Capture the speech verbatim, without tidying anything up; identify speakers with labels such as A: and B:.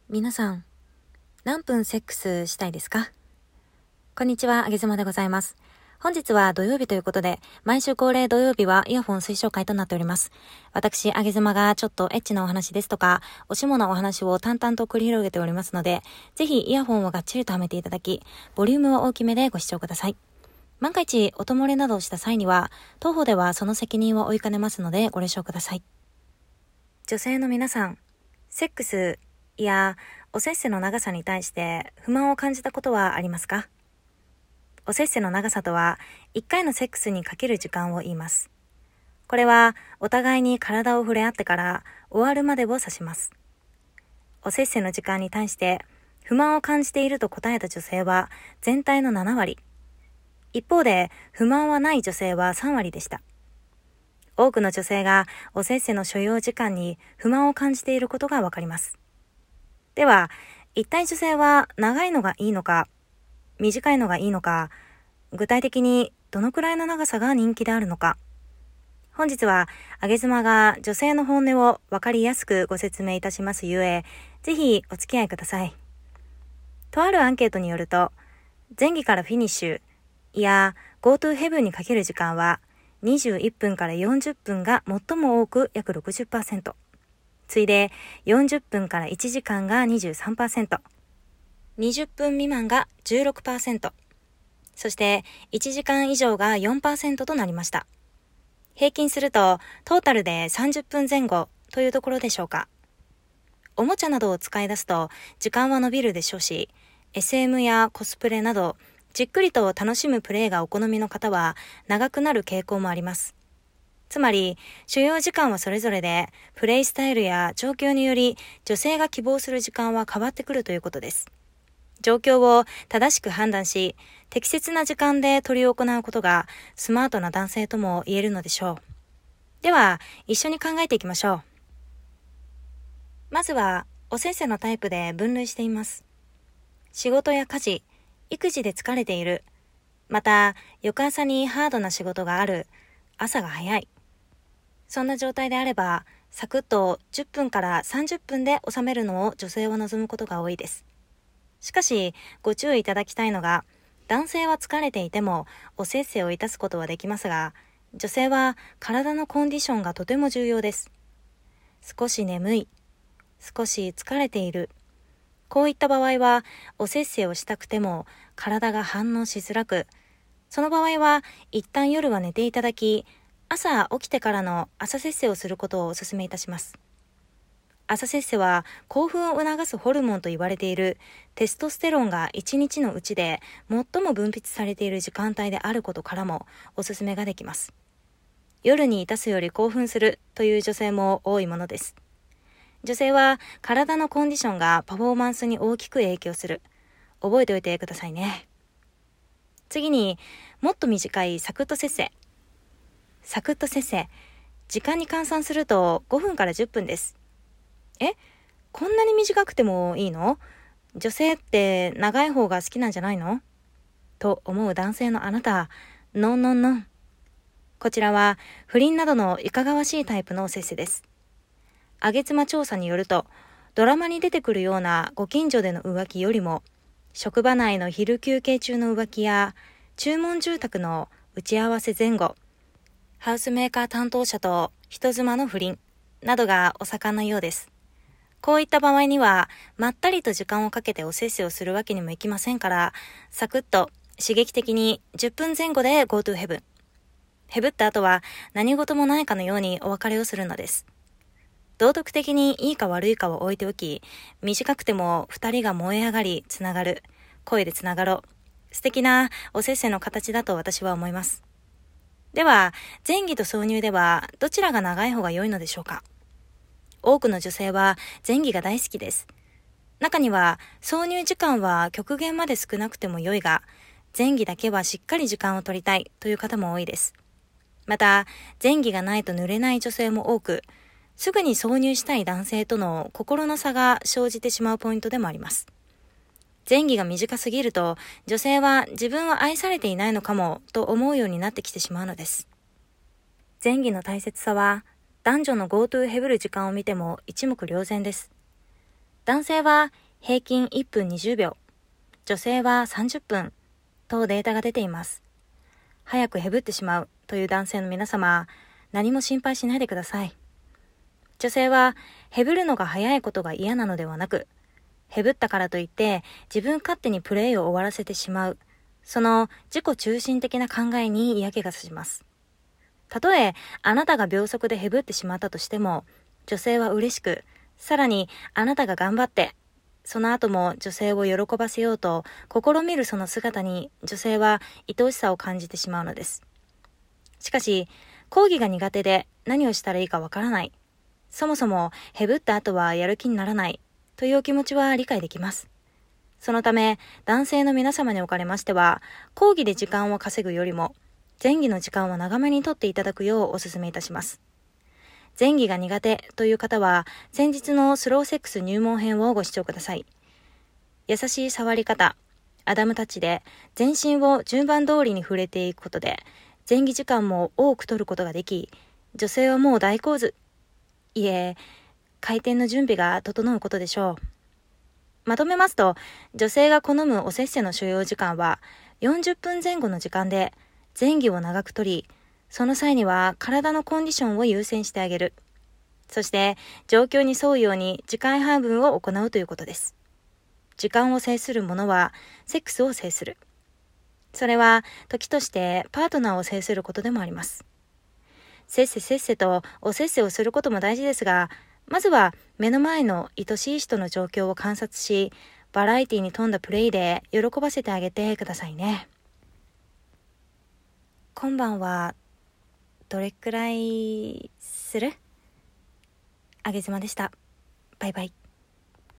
A: 皆さん、何分セックスしたいですか？こんにちは、あげずまでございます。本日は土曜日ということで、毎週恒例土曜日はイヤフォン推奨会となっております。私、あげずまがちょっとエッチなお話ですとか、おしもなお話を淡々と繰り広げておりますので、ぜひイヤフォンをがっちりとはめていただき、ボリュームは大きめでご視聴ください。万が一、音漏れなどをした際には、当方ではその責任を負いかねますのでご了承ください。女性の皆さん、セックス、いや、おせっせの長さに対して不満を感じたことはありますか？おせっせの長さとは、いっかいのセックスにかける時間を言います。これは、お互いに体を触れ合ってから終わるまでを指します。おせっせの時間に対して不満を感じていると答えた女性は全体のななわり。一方で、不満はない女性はさんわりでした。多くの女性がおせっせの所要時間に不満を感じていることがわかります。では、一体女性は長いのがいいのか、短いのがいいのか、具体的にどのくらいの長さが人気であるのか。本日は、あげずまが女性の本音をわかりやすくご説明いたしますゆえ、ぜひお付き合いください。とあるアンケートによると、前儀からフィニッシュ、いや、GoTo ヘブンにかける時間は、にじゅういっぷんからよんじゅっぷんが最も多く約 ろくじゅっパーセント。次いでよんじゅっぷんからいちじかんが にじゅうさんパーセント、にじゅっぷん未満が じゅうろくパーセント、そしていちじかん以上が よんパーセント となりました。平均するとトータルでさんじゅっぷんぜん後というところでしょうか。おもちゃなどを使い出すと時間は伸びるでしょうし、エスエム やコスプレなどじっくりと楽しむプレイがお好みの方は長くなる傾向もあります。つまり、所要時間はそれぞれで、プレイスタイルや状況により、女性が希望する時間は変わってくるということです。状況を正しく判断し、適切な時間で執り行うことが、スマートな男性とも言えるのでしょう。では、一緒に考えていきましょう。まずは、おせっせのタイプで分類しています。仕事や家事、育児で疲れている。また、翌朝にハードな仕事がある。朝が早い。そんな状態であれば、サクッとじゅっぷんからさんじゅっぷんで収めるのを女性は望むことが多いです。しかし、ご注意いただきたいのが、男性は疲れていてもおせっせをいたすことはできますが、女性は体のコンディションがとても重要です。少し眠い、少し疲れている。こういった場合は、おせっせをしたくても体が反応しづらく、その場合は一旦夜は寝ていただき、朝起きてからの朝せっせをすることをお勧めいたします。朝せっせは興奮を促すホルモンと言われているテストステロンが一日のうちで最も分泌されている時間帯であることからもお勧めができます。夜にいたすより興奮するという女性も多いものです。女性は体のコンディションがパフォーマンスに大きく影響する。覚えておいてくださいね。次に、もっと短いサクッとせっせ。サクッとせっせ。時間に換算するとごふんからじゅっぷんです。え？こんなに短くてもいいの？女性って長い方が好きなんじゃないの？と思う男性のあなた、ノンノンノン。こちらは不倫などのいかがわしいタイプのおせっせです。あげつま調査によると、ドラマに出てくるようなご近所での浮気よりも、職場内の昼休憩中の浮気や、注文住宅の打ち合わせ前後、ハウスメーカー担当者と人妻の不倫などがお盛んなようです。こういった場合には、まったりと時間をかけておせっせをするわけにもいきませんから、サクッと刺激的にじゅっぷんぜん後で GoTo ヘブン。ヘブった後は何事もないかのようにお別れをするのです。道徳的にいいか悪いかを置いておき、短くても二人が燃え上がりつながる、声でつながろう。素敵なおせっせの形だと私は思います。では、前儀と挿入ではどちらが長い方が良いのでしょうか？多くの女性は前儀が大好きです。中には挿入時間は極限まで少なくても良いが、前儀だけはしっかり時間を取りたいという方も多いです。また、前儀がないと濡れない女性も多く、すぐに挿入したい男性との心の差が生じてしまうポイントでもあります。前儀が短すぎると、女性は自分は愛されていないのかもと思うようになってきてしまうのです。前儀の大切さは、男女の GoTo ヘブる時間を見ても一目瞭然です。 男性は平均いっぷんにじゅうびょう、女性はさんじゅっぷんとデータが出ています。早くヘブってしまうという男性の皆様、何も心配しないでください。女性はヘブるのが早いことが嫌なのではなく、ヘブったからといって自分勝手にプレイを終わらせてしまう、その自己中心的な考えに嫌気がさします。たとえあなたが秒速でヘブってしまったとしても、女性は嬉しく、さらにあなたが頑張って、その後も女性を喜ばせようと試みるその姿に女性は愛おしさを感じてしまうのです。しかし、講義が苦手で何をしたらいいかわからない。そもそもヘブった後はやる気にならないというお気持ちは理解できます。そのため、男性の皆様におかれましては、講義で時間を稼ぐよりも、前儀の時間を長めにとっていただくようお勧めいたします。前儀が苦手という方は、先日のスローセックス入門編をご視聴ください。優しい触り方、アダムタッチで全身を順番通りに触れていくことで、前儀時間も多く取ることができ、女性はもう大洪水、いえ、開店の準備が整うことでしょう。まとめますと、女性が好むおせっせの所要時間はよんじゅっぷんぜん後の時間で、前儀を長く取り、その際には体のコンディションを優先してあげる。そして状況に沿うように時間配分を行うということです。時間を制する者はセックスを制する。それは時としてパートナーを制することでもあります。せっせせっせとおせっせをすることも大事ですが、まずは目の前の愛しい人の状況を観察し、バラエティに富んだプレイで喜ばせてあげてくださいね。今晩はどれくらいする？あげずまでした。バイバイ。